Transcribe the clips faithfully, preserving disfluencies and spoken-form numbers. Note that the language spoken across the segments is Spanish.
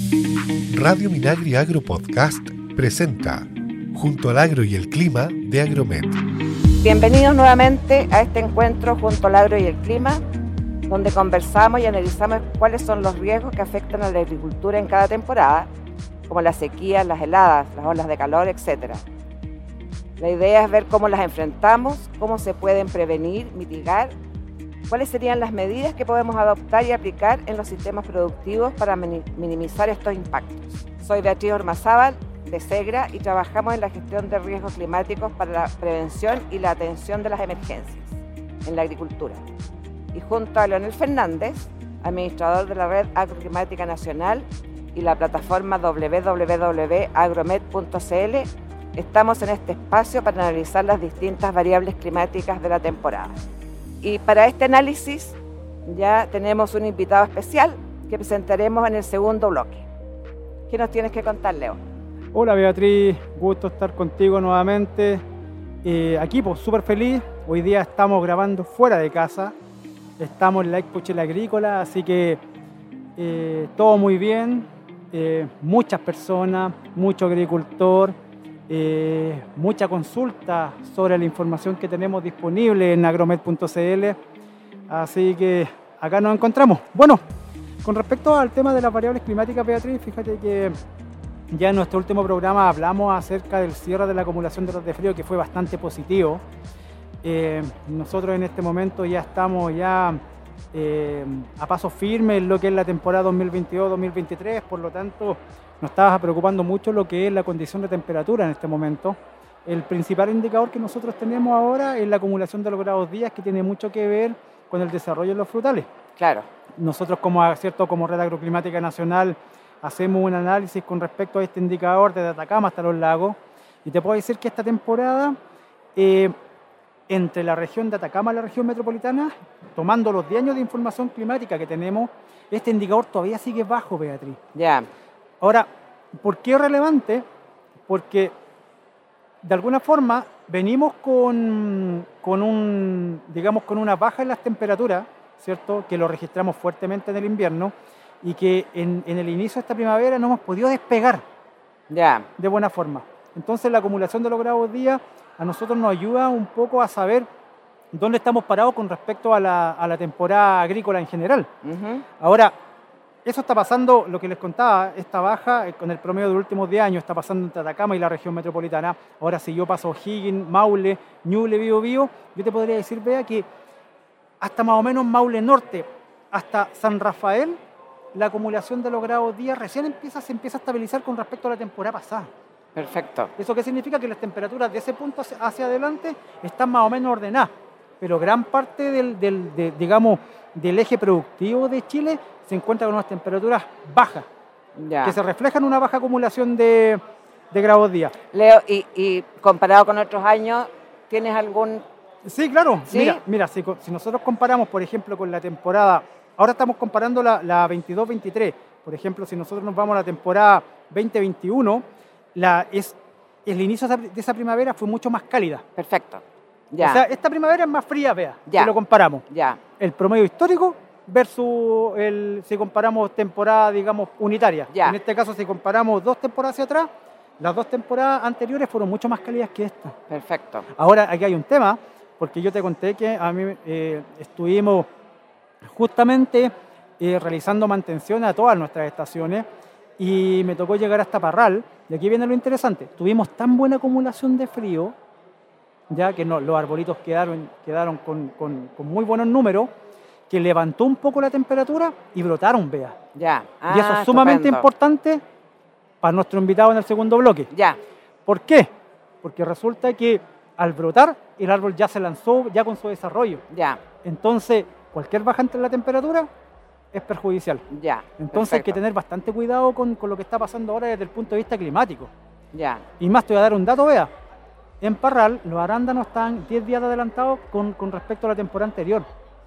Radio Minagri Agro Podcast presenta Junto al Agro y el Clima de Agromet. Bienvenidos nuevamente a este encuentro Junto al Agro y el Clima, donde conversamos y analizamos cuáles son los riesgos que afectan a la agricultura en cada temporada, como las sequías, las heladas, las olas de calor, etcétera. La idea es ver cómo las enfrentamos, cómo se pueden prevenir, mitigar, cuáles serían las medidas que podemos adoptar y aplicar en los sistemas productivos para minimizar estos impactos. Soy Beatriz Ormazábal, de SEGRA, y trabajamos en la gestión de riesgos climáticos para la prevención y la atención de las emergencias en la agricultura. Y junto a Leonel Fernández, administrador de la Red Agroclimática Nacional y la plataforma doble u doble u doble u punto agromet punto c l, estamos en este espacio para analizar las distintas variables climáticas de la temporada. Y para este análisis ya tenemos un invitado especial que presentaremos en el segundo bloque. ¿Qué nos tienes que contar, Leo? Hola Beatriz, gusto estar contigo nuevamente. Eh, aquí pues súper feliz, hoy día estamos grabando fuera de casa, estamos en la Expo Chile Agrícola, así que eh, todo muy bien, eh, muchas personas, mucho agricultor, eh, mucha consulta sobre la información que tenemos disponible en agromet punto c l, así que acá nos encontramos. Bueno, con respecto al tema de las variables climáticas, Beatriz, fíjate que ya en nuestro último programa hablamos acerca del cierre de la acumulación de horas de frío, que fue bastante positivo. Eh, nosotros en este momento ya estamos ya eh, a paso firme en lo que es la temporada dos mil veintidós dos mil veintitrés, por lo tanto nos estaba preocupando mucho lo que es la condición de temperatura en este momento. El principal indicador que nosotros tenemos ahora es la acumulación de los grados días, que tiene mucho que ver con el desarrollo de los frutales. Claro. Nosotros como, ¿cierto? como Red Agroclimática Nacional hacemos un análisis con respecto a este indicador desde Atacama hasta los lagos, y te puedo decir que esta temporada eh, entre la región de Atacama y la región metropolitana, tomando los diez años de información climática que tenemos, este indicador todavía sigue bajo, Beatriz. Ya. Ahora, ¿por qué es relevante? Porque de alguna forma venimos con, con, un, digamos, con una baja en las temperaturas, ¿cierto? Que lo registramos fuertemente en el invierno, y que en, en el inicio de esta primavera no hemos podido despegar ya. de buena forma. Entonces la acumulación de los grados días a nosotros nos ayuda un poco a saber dónde estamos parados con respecto a la, a la temporada agrícola en general. Uh-huh. Ahora, eso está pasando, lo que les contaba, esta baja con el promedio de los últimos diez años está pasando entre Atacama y la región metropolitana. Ahora, si yo paso O'Higgins, Maule, Ñuble, Biobío, yo te podría decir, vea, que hasta más o menos Maule Norte, hasta San Rafael, la acumulación de los grados días recién empieza, se empieza a estabilizar con respecto a la temporada pasada. Perfecto. ¿Eso qué significa? Que las temperaturas de ese punto hacia, hacia adelante están más o menos ordenadas, pero gran parte del, del, de, digamos, del eje productivo de Chile se encuentra con unas temperaturas bajas, ya. que se reflejan en una baja acumulación de, de grados días. Leo, y, y comparado con otros años, ¿tienes algún...? Sí, claro. ¿Sí? Mira, mira si, si nosotros comparamos, por ejemplo, con la temporada... Ahora estamos comparando la, la veintidós veintitrés. Por ejemplo, si nosotros nos vamos a la temporada veinte veintiuno, la, es, el inicio de esa primavera fue mucho más cálida. Perfecto. Ya. O sea, esta primavera es más fría, vea, ya. si lo comparamos. Ya. El promedio histórico versus el, si comparamos temporada, digamos, unitaria. Ya. En este caso, si comparamos dos temporadas hacia atrás, las dos temporadas anteriores fueron mucho más cálidas que esta. Perfecto. Ahora, aquí hay un tema, porque yo te conté que a mí eh, estuvimos justamente eh, realizando mantención a todas nuestras estaciones, y me tocó llegar hasta Parral, y aquí viene lo interesante. Tuvimos tan buena acumulación de frío, ya que no, los arbolitos quedaron, quedaron con, con, con muy buenos números, que levantó un poco la temperatura y brotaron, vea. Ya. Ah, y eso es sumamente estupendo. importante para nuestro invitado en el segundo bloque. Ya. ¿Por qué? Porque resulta que al brotar, el árbol ya se lanzó ya con su desarrollo. Ya. Entonces, cualquier baja entre la temperatura es perjudicial. Ya. Entonces perfecto. hay que tener bastante cuidado con, con lo que está pasando ahora desde el punto de vista climático. Ya. Y más, te voy a dar un dato, vea. En Parral, los arándanos están diez días adelantados con, con respecto a la temporada anterior.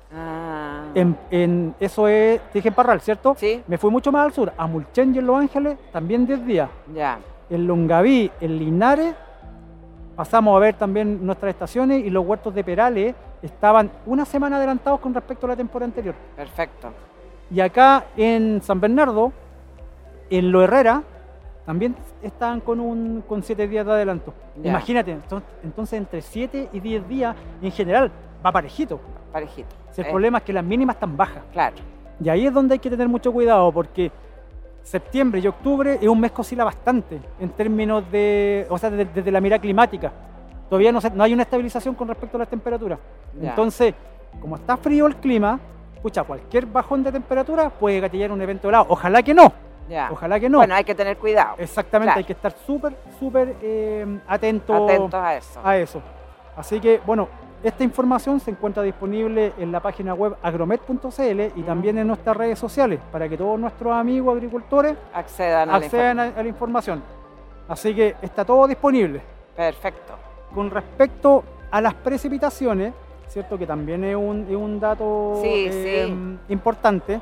Ah. En, en, eso es, te dije en Parral, ¿cierto? Sí. Me fui mucho más al sur, a Mulchen y en Los Ángeles, también diez días. Ya. En Longaví, en Linares, pasamos a ver también nuestras estaciones, y los huertos de Perales estaban una semana adelantados con respecto a la temporada anterior. Perfecto. Y acá en San Bernardo, En Lo Herrera también están con un con siete días de adelanto. Ya. Imagínate, entonces entre siete y diez días en general va parejito. Parejito. Si el eh. problema es que las mínimas están bajas. Claro. Y ahí es donde hay que tener mucho cuidado, porque septiembre y octubre es un mes que oscila bastante en términos de, o sea, desde, desde la mirada climática. Todavía no, se, no hay una estabilización con respecto a las temperaturas. Ya. Entonces, como está frío el clima, pucha, cualquier bajón de temperatura puede gatillar un evento helado. Ojalá que no. Ya. Ojalá que no. Bueno, hay que tener cuidado. Exactamente, claro. Hay que estar súper, súper eh, atentos Atentos a eso. a eso. Así que, bueno, esta información se encuentra disponible en la página web agromet punto c l y mm. también en nuestras redes sociales, para que todos nuestros amigos agricultores accedan, a, accedan la a, a la información. Así que está todo disponible. Perfecto. Con respecto a las precipitaciones, ¿cierto? Que también es un, es un dato sí, eh, sí. importante.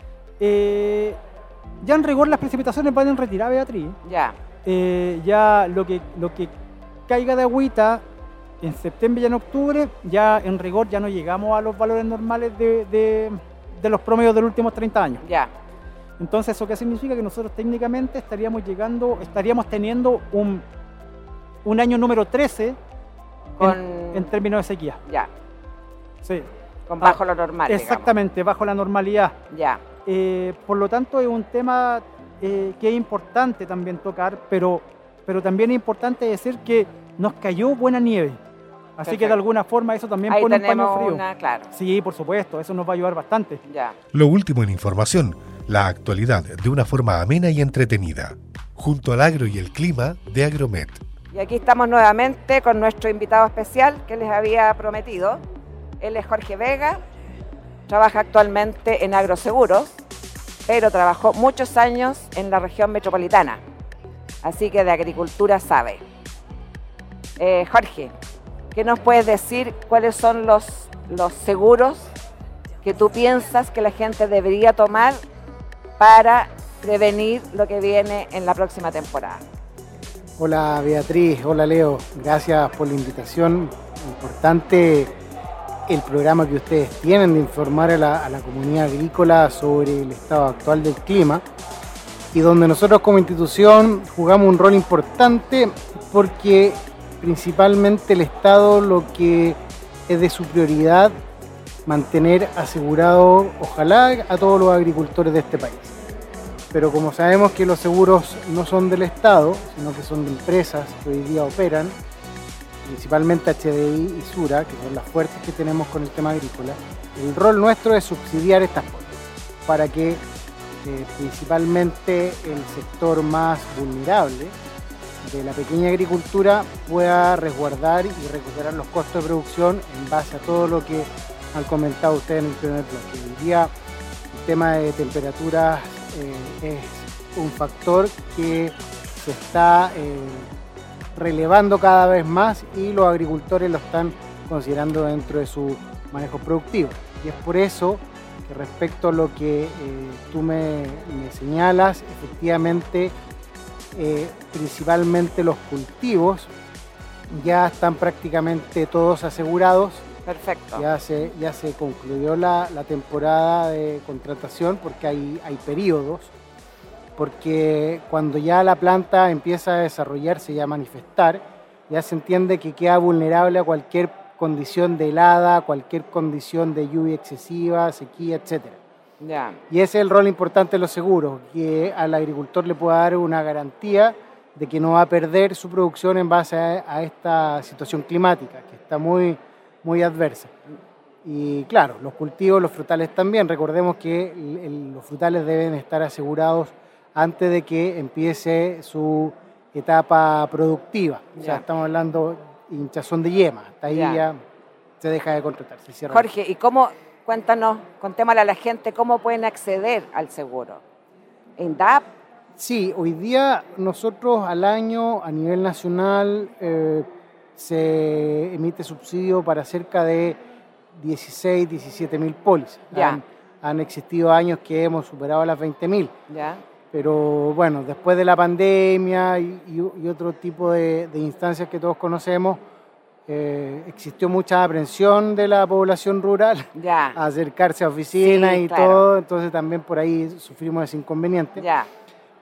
Eh, ya en rigor las precipitaciones van en retirada, Beatriz. Ya. Eh, ya lo que, lo que caiga de agüita en septiembre y en octubre, ya en rigor ya no llegamos a los valores normales de, de, de los promedios de los últimos treinta años. Ya. Entonces, ¿eso qué significa? Que nosotros técnicamente estaríamos llegando, estaríamos teniendo un, un año número trece Con... en, en términos de sequía. Ya. Sí. Con bajo ah, lo normal. Exactamente, digamos. Bajo la normalidad. Ya. Eh, por lo tanto, es un tema eh, que es importante también tocar, pero, pero también es importante decir que nos cayó buena nieve. Así Perfecto. Que de alguna forma eso también Ahí pone un paño frío. Una, claro. Sí, por supuesto, eso nos va a ayudar bastante. Ya. Lo último en información, la actualidad de una forma amena y entretenida, junto al agro y el clima de Agromet. Y aquí estamos nuevamente con nuestro invitado especial que les había prometido. Él es Jorge Vega, trabaja actualmente en Agroseguros, pero trabajó muchos años en la región metropolitana, así que de agricultura sabe. Eh, Jorge, ¿qué nos puedes decir? ¿Cuáles son los, los seguros que tú piensas que la gente debería tomar para prevenir lo que viene en la próxima temporada? Hola Beatriz, hola Leo, gracias por la invitación. Importante el programa que ustedes tienen de informar a la, a la comunidad agrícola sobre el estado actual del clima y donde nosotros como institución jugamos un rol importante porque principalmente el Estado lo que es de su prioridad mantener asegurado, ojalá, a todos los agricultores de este país. Pero como sabemos que los seguros no son del Estado, sino que son de empresas que hoy día operan, principalmente H D I y Sura, que son las fuertes que tenemos con el tema agrícola, el rol nuestro es subsidiar estas pólizas para que eh, principalmente el sector más vulnerable de la pequeña agricultura pueda resguardar y recuperar los costos de producción en base a todo lo que han comentado ustedes en el primer bloque. Hoy día el tema de temperaturas eh, es un factor que se está eh, relevando cada vez más y los agricultores lo están considerando dentro de su manejo productivo. Y es por eso que respecto a lo que eh, tú me, me señalas, efectivamente, eh, principalmente los cultivos ya están prácticamente todos asegurados. Perfecto. Ya se, ya se concluyó la, la temporada de contratación porque hay, hay periodos. Porque cuando ya la planta empieza a desarrollarse y a manifestar, ya se entiende que queda vulnerable a cualquier condición de helada, cualquier condición de lluvia excesiva, sequía, etcétera. Ya. Y ese es el rol importante de los seguros, que al agricultor le pueda dar una garantía de que no va a perder su producción en base a, a esta situación climática, que está muy, muy adversa. Y claro, los cultivos, los frutales también. Recordemos que el, el, los frutales deben estar asegurados antes de que empiece su etapa productiva. Ya. O sea, estamos hablando de hinchazón de yema. Hasta ahí ya, ya se deja de contratar. Se cierra. Jorge, ¿y cómo, cuéntanos, contémosle a la gente cómo pueden acceder al seguro? ¿En D A P? Sí, hoy día nosotros al año a nivel nacional eh, se emite subsidio para cerca de dieciséis, diecisiete mil pólizas. Ya. Han, han existido años que hemos superado las veinte mil. Ya. Pero bueno, después de la pandemia y, y, y otro tipo de, de instancias que todos conocemos, eh, existió mucha aprensión de la población rural ya. a acercarse a oficinas sí, y claro. todo, entonces también por ahí sufrimos ese inconveniente. Ya.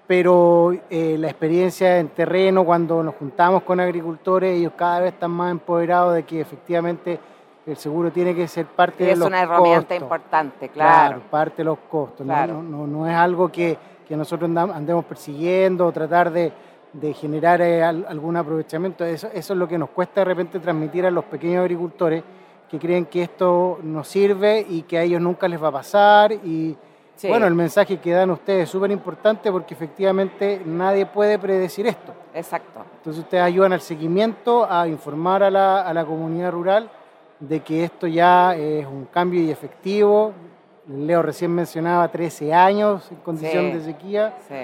pero eh, la experiencia en terreno, cuando nos juntamos con agricultores, ellos cada vez están más empoderados de que efectivamente el seguro tiene que ser parte es de los una herramienta costos. importante, claro. Claro, parte de los costos. Claro. No, no, no es algo que, que nosotros andemos persiguiendo o tratar de, de generar eh, algún aprovechamiento. Eso, eso es lo que nos cuesta de repente transmitir a los pequeños agricultores que creen que esto nos sirve y que a ellos nunca les va a pasar. Y sí. Bueno, el mensaje que dan ustedes es súper importante porque efectivamente nadie puede predecir esto. Exacto. Entonces ustedes ayudan al seguimiento, a informar a la, a la comunidad rural de que esto ya es un cambio y efectivo. Leo recién mencionaba trece años en condición sí. de sequía, sí.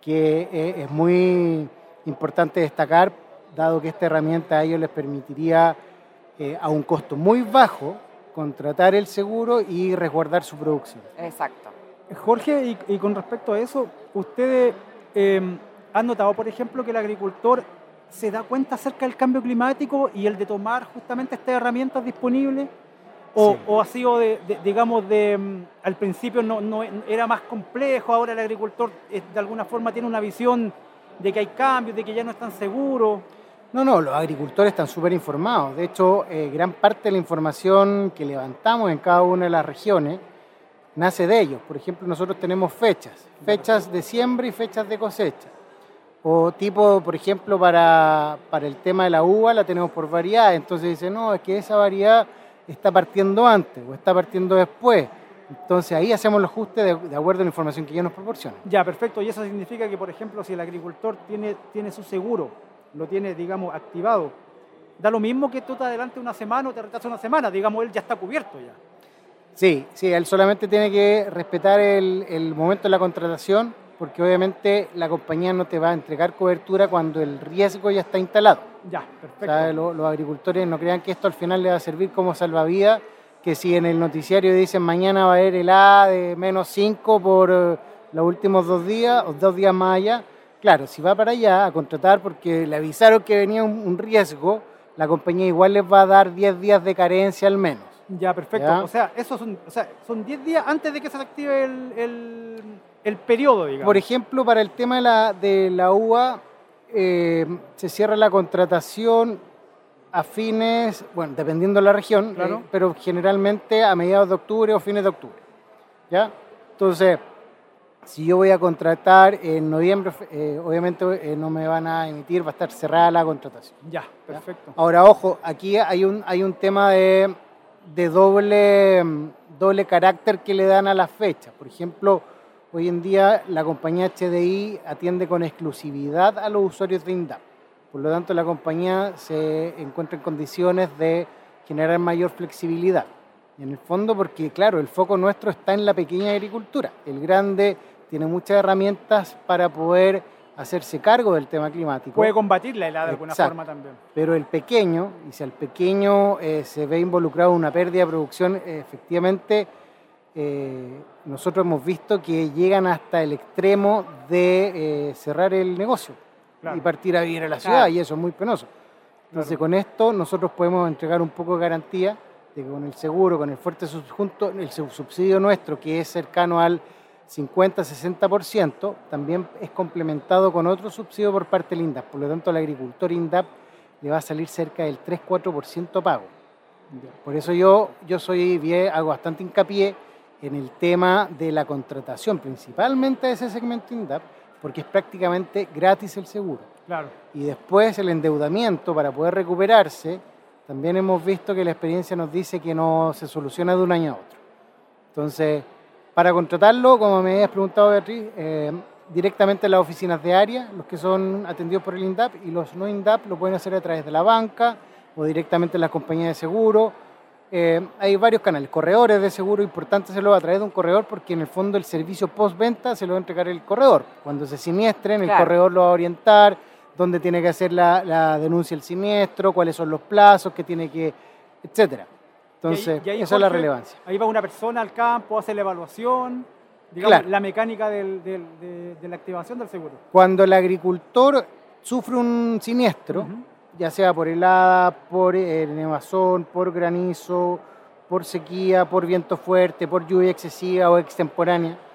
que es muy importante destacar, dado que esta herramienta a ellos les permitiría eh, a un costo muy bajo contratar el seguro y resguardar su producción. Exacto. Jorge, y, y con respecto a eso, ¿ustedes eh, han notado, por ejemplo, que el agricultor se da cuenta acerca del cambio climático y el de tomar justamente estas herramientas disponibles? ¿O, sí. o ha sido, de, de, digamos, de, al principio no, no era más complejo, ahora el agricultor eh, de alguna forma tiene una visión de que hay cambios, de que ya no es tan seguro? No, no, los agricultores están súper informados. De hecho, eh, gran parte de la información que levantamos en cada una de las regiones nace de ellos. Por ejemplo, nosotros tenemos fechas, fechas de siembra y fechas de cosecha. O tipo, por ejemplo, para, para el tema de la uva la tenemos por variedad. Entonces dice, no, es que esa variedad está partiendo antes o está partiendo después. Entonces ahí hacemos los ajustes de, de acuerdo a la información que ellos nos proporcionan. Ya, perfecto. Y eso significa que, por ejemplo, si el agricultor tiene, tiene su seguro, lo tiene, digamos, activado, da lo mismo que tú te adelantes una semana o te retrasas una semana, digamos, él ya está cubierto ya. Sí, sí, él solamente tiene que respetar el, el momento de la contratación, porque obviamente la compañía no te va a entregar cobertura cuando el riesgo ya está instalado. Ya, perfecto. O sea, lo, los agricultores no crean que esto al final les va a servir como salvavidas, que si en el noticiario dicen mañana va a haber el A de menos cinco por uh, los últimos dos días o dos días más allá, claro, si va para allá a contratar porque le avisaron que venía un, un riesgo, la compañía igual les va a dar diez días de carencia al menos. Ya, perfecto. ¿Ya? O sea, esos son, o sea, son diez días antes de que se active el, el, el periodo, digamos. Por ejemplo, para el tema de la, de la uva, eh, se cierra la contratación a fines, bueno, dependiendo de la región, claro. eh, pero generalmente a mediados de octubre o fines de octubre. ¿Ya? Entonces, si yo voy a contratar en noviembre, eh, obviamente eh, no me van a emitir, va a estar cerrada la contratación. Ya, perfecto. ¿Ya? Ahora, ojo, aquí hay un, hay un tema de... de doble, doble carácter que le dan a las fechas. Por ejemplo, hoy en día la compañía H D I atiende con exclusividad a los usuarios de INDAP. Por lo tanto, la compañía se encuentra en condiciones de generar mayor flexibilidad. Y en el fondo, porque claro, el foco nuestro está en la pequeña agricultura. El grande tiene muchas herramientas para poder hacerse cargo del tema climático. Puede combatir la helada de alguna Exacto. forma también. Pero el pequeño, y si al pequeño eh, se ve involucrado en una pérdida de producción, eh, efectivamente eh, nosotros hemos visto que llegan hasta el extremo de eh, cerrar el negocio, claro, y partir a vivir a la ciudad, claro, y eso es muy penoso. Entonces, claro, con esto nosotros podemos entregar un poco de garantía de que con el seguro, con el fuerte subjunto, el subsidio nuestro, que es cercano al cincuenta a sesenta por ciento, también es complementado con otro subsidio por parte del INDAP. Por lo tanto, al agricultor INDAP le va a salir cerca del tres a cuatro por ciento pago. Por eso yo, yo soy bien, hago bastante hincapié en el tema de la contratación, principalmente de ese segmento INDAP, porque es prácticamente gratis el seguro. Claro. Y después el endeudamiento para poder recuperarse, también hemos visto que la experiencia nos dice que no se soluciona de un año a otro. Entonces, para contratarlo, como me habías preguntado, Beatriz, eh, directamente en las oficinas de área, los que son atendidos por el INDAP, y los no INDAP lo pueden hacer a través de la banca o directamente en las compañías de seguro. Eh, hay varios canales, corredores de seguro, importante hacerlo a través de un corredor porque en el fondo el servicio postventa se lo va a entregar el corredor. Cuando se siniestren, el, claro, corredor lo va a orientar, dónde tiene que hacer la, la denuncia del siniestro, cuáles son los plazos que tiene que, etcétera. Entonces, y ahí, y ahí, esa Jorge, es la relevancia. Ahí va una persona al campo, hace la evaluación, digamos, claro, la mecánica del, del, de, de la activación del seguro. Cuando el agricultor sufre un siniestro, uh-huh, ya sea por helada, por eh, nevazón, por granizo, por sequía, por viento fuerte, por lluvia excesiva o extemporánea,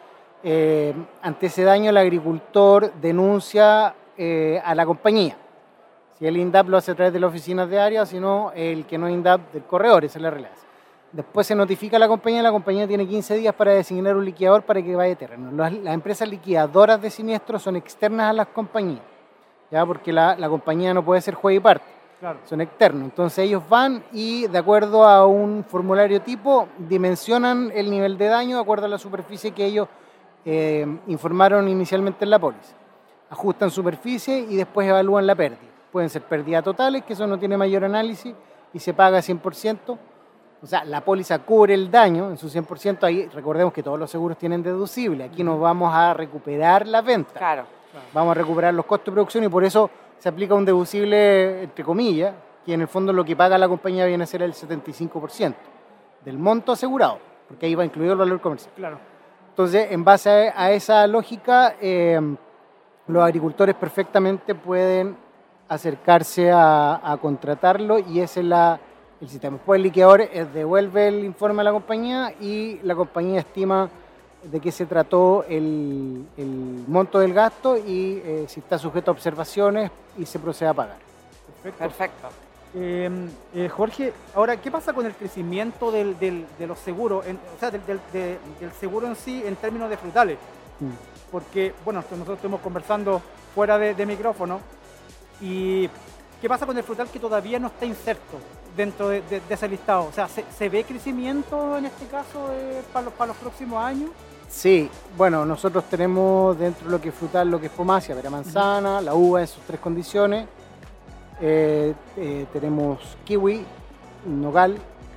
Eh, ante ese daño, el agricultor denuncia eh, a la compañía. Si el INDAP lo hace a través de las oficinas de área, si no, el que no es INDAP del corredor, esa es la realidad. Después se notifica a la compañía, la compañía tiene quince días para designar un liquidador para que vaya a terreno. Las, las empresas liquidadoras de siniestros son externas a las compañías, ¿ya? Porque la, la compañía no puede ser juez y parte, claro. Son externos. Entonces ellos van y de acuerdo a un formulario tipo dimensionan el nivel de daño de acuerdo a la superficie que ellos eh, informaron inicialmente en la póliza. Ajustan superficie y después evalúan la pérdida. Pueden ser pérdidas totales, que eso no tiene mayor análisis y se paga cien por ciento. O sea, la póliza cubre el daño en su cien por ciento. Ahí recordemos que todos los seguros tienen deducible. Aquí nos vamos a recuperar la venta. Claro. Vamos a recuperar los costos de producción y por eso se aplica un deducible, entre comillas, que en el fondo lo que paga la compañía viene a ser el setenta y cinco por ciento del monto asegurado, porque ahí va incluido el valor comercial. Claro. Entonces, en base a esa lógica, eh, los agricultores perfectamente pueden acercarse a, a contratarlo y ese es la, el sistema. Después el liquidador devuelve el informe a la compañía y la compañía estima de qué se trató el, el monto del gasto y eh, si está sujeto a observaciones y se procede a pagar. Perfecto. Perfecto. Eh, eh, Jorge, ahora, ¿qué pasa con el crecimiento del, del, de los seguros, en, o sea, del, del, de, del seguro en sí en términos de frutales? Mm. Porque, bueno, nosotros estuvimos conversando fuera de, de micrófono. ¿Y qué pasa con el frutal que todavía no está inserto dentro de, de, de ese listado? O sea, ¿se, ¿se ve crecimiento en este caso eh, para, los, para los próximos años? Sí, bueno, nosotros tenemos dentro de lo que es frutal, lo que es pomacia, pera manzana, uh-huh. La uva en sus tres condiciones. Eh, eh, tenemos kiwi, nogal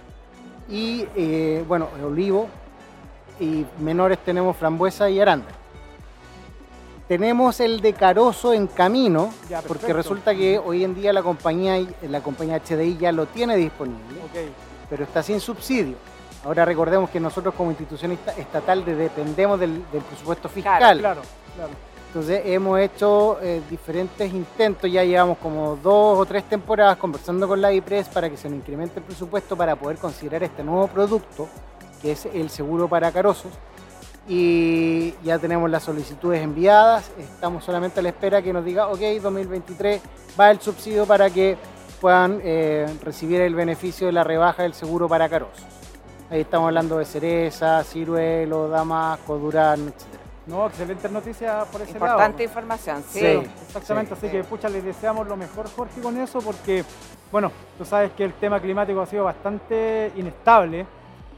y, eh, bueno, olivo. Y menores tenemos frambuesa y arándano. Tenemos el de carozo en camino, ya, porque resulta que hoy en día la compañía, la compañía H D I ya lo tiene disponible, okay. Pero está sin subsidio. Ahora recordemos que nosotros como institución estatal dependemos del, del presupuesto fiscal. Claro, claro, claro. Entonces hemos hecho eh, diferentes intentos, ya llevamos como dos o tres temporadas conversando con la IPRES para que se nos incremente el presupuesto para poder considerar este nuevo producto, que es el seguro para carozos. Y ya tenemos las solicitudes enviadas, estamos solamente a la espera que nos diga, ok, dos mil veintitrés va el subsidio para que puedan eh, recibir el beneficio de la rebaja del seguro para carozos. Ahí estamos hablando de cereza, ciruelo, damasco, durán, etcétera. No, excelente noticia por ese Importante lado. Importante información, sí. sí exactamente, sí, así sí. que pucha, les deseamos lo mejor, Jorge, con eso, porque, bueno, tú sabes que el tema climático ha sido bastante inestable.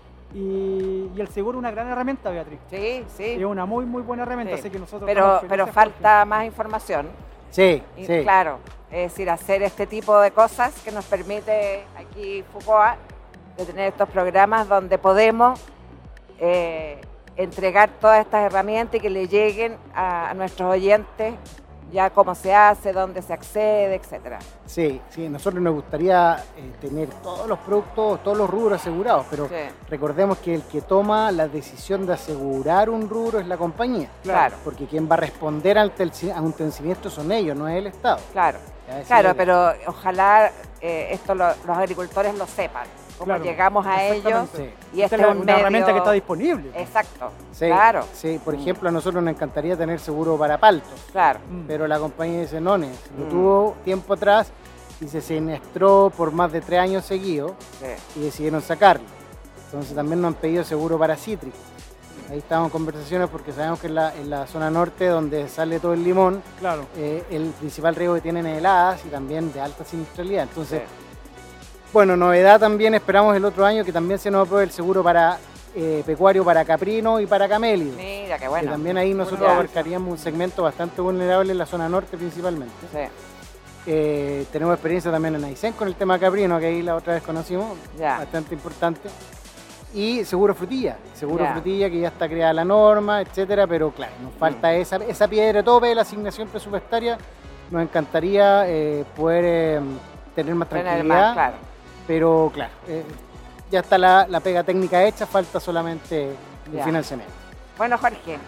Y, y el seguro es una gran herramienta, Beatriz. Sí, sí. Es una muy, muy buena herramienta, sí. Así que nosotros... Pero, pero falta más información. Sí, y, sí. Claro, es decir, hacer este tipo de cosas que nos permite aquí FUCOA de tener estos programas donde podemos eh, entregar todas estas herramientas y que le lleguen a, a nuestros oyentes ya cómo se hace, dónde se accede, etcétera. Sí, sí, nosotros nos gustaría eh, tener todos los productos, todos los rubros asegurados, pero sí. Recordemos que el que toma la decisión de asegurar un rubro es la compañía. Claro. Porque quien va a responder ante el, ante un siniestro son ellos, no es el Estado. Claro, claro, pero ojalá eh, esto lo, los agricultores lo sepan. Cómo claro, llegamos a ellos sí. Y este es un una medio... herramienta que está disponible. Exacto, sí, claro. Sí, por ejemplo, a nosotros nos encantaría tener seguro para paltos. Claro. Pero la compañía dice, no, no, lo mm. tuvo tiempo atrás y se siniestró por más de tres años seguidos sí. Y decidieron sacarlo. Entonces también nos han pedido seguro para cítricos. Ahí estamos en conversaciones porque sabemos que en la, en la zona norte, donde sale todo el limón, claro. eh, el principal riesgo que tienen es heladas y también de alta siniestralidad. Entonces, sí. Bueno, novedad también, esperamos el otro año que también se nos apruebe el seguro para eh, pecuario para caprino y para camélidos. Mira, qué bueno. Que también ahí nosotros bueno, abarcaríamos un segmento bastante vulnerable en la zona norte principalmente. Sí. Eh, tenemos experiencia también en Aysén con el tema caprino, que ahí la otra vez conocimos, ya. Bastante importante. Y seguro frutilla, seguro ya. frutilla que ya está creada la norma, etcétera, pero claro, nos falta mm. esa, esa piedra de tope de la asignación presupuestaria. Nos encantaría eh, poder eh, tener más tranquilidad. Tener más, claro. Pero claro, eh, ya está la, la pega técnica hecha, falta solamente el ya. financiamiento. Bueno, Jorge,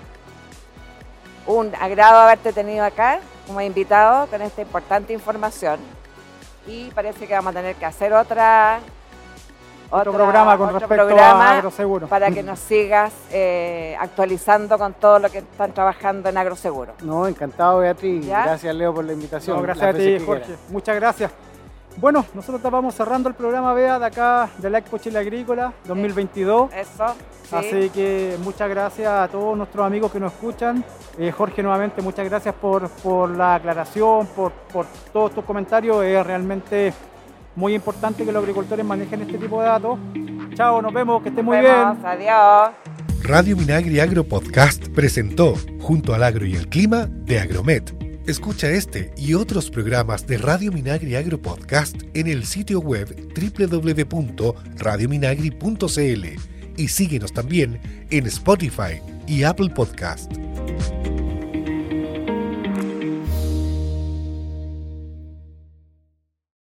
un agrado haberte tenido acá como invitado con esta importante información y parece que vamos a tener que hacer otra otro programa con otro respecto programa a Agroseguro. Para que nos sigas eh, actualizando con todo lo que están trabajando en Agroseguro. No, encantado, Beatriz. ¿Ya? Gracias, Leo, por la invitación. No, gracias a ti, Jorge. Quieras. Muchas gracias. Bueno, nosotros vamos cerrando el programa, Bea, de acá de la Expo Chile Agrícola dos mil veintidós. Eso, sí. Así que muchas gracias a todos nuestros amigos que nos escuchan. Eh, Jorge, nuevamente, muchas gracias por, por la aclaración, por, por todos tus comentarios. Es realmente muy importante que los agricultores manejen este tipo de datos. Chao, nos vemos, que estén muy vemos, bien. Adiós. Radio Minagri Agro Podcast presentó Junto al Agro y el Clima de Agromet. Escucha este y otros programas de Radio Minagri Agro Podcast en el sitio web doble u doble u doble u punto radio minagri punto c l y síguenos también en Spotify y Apple Podcast.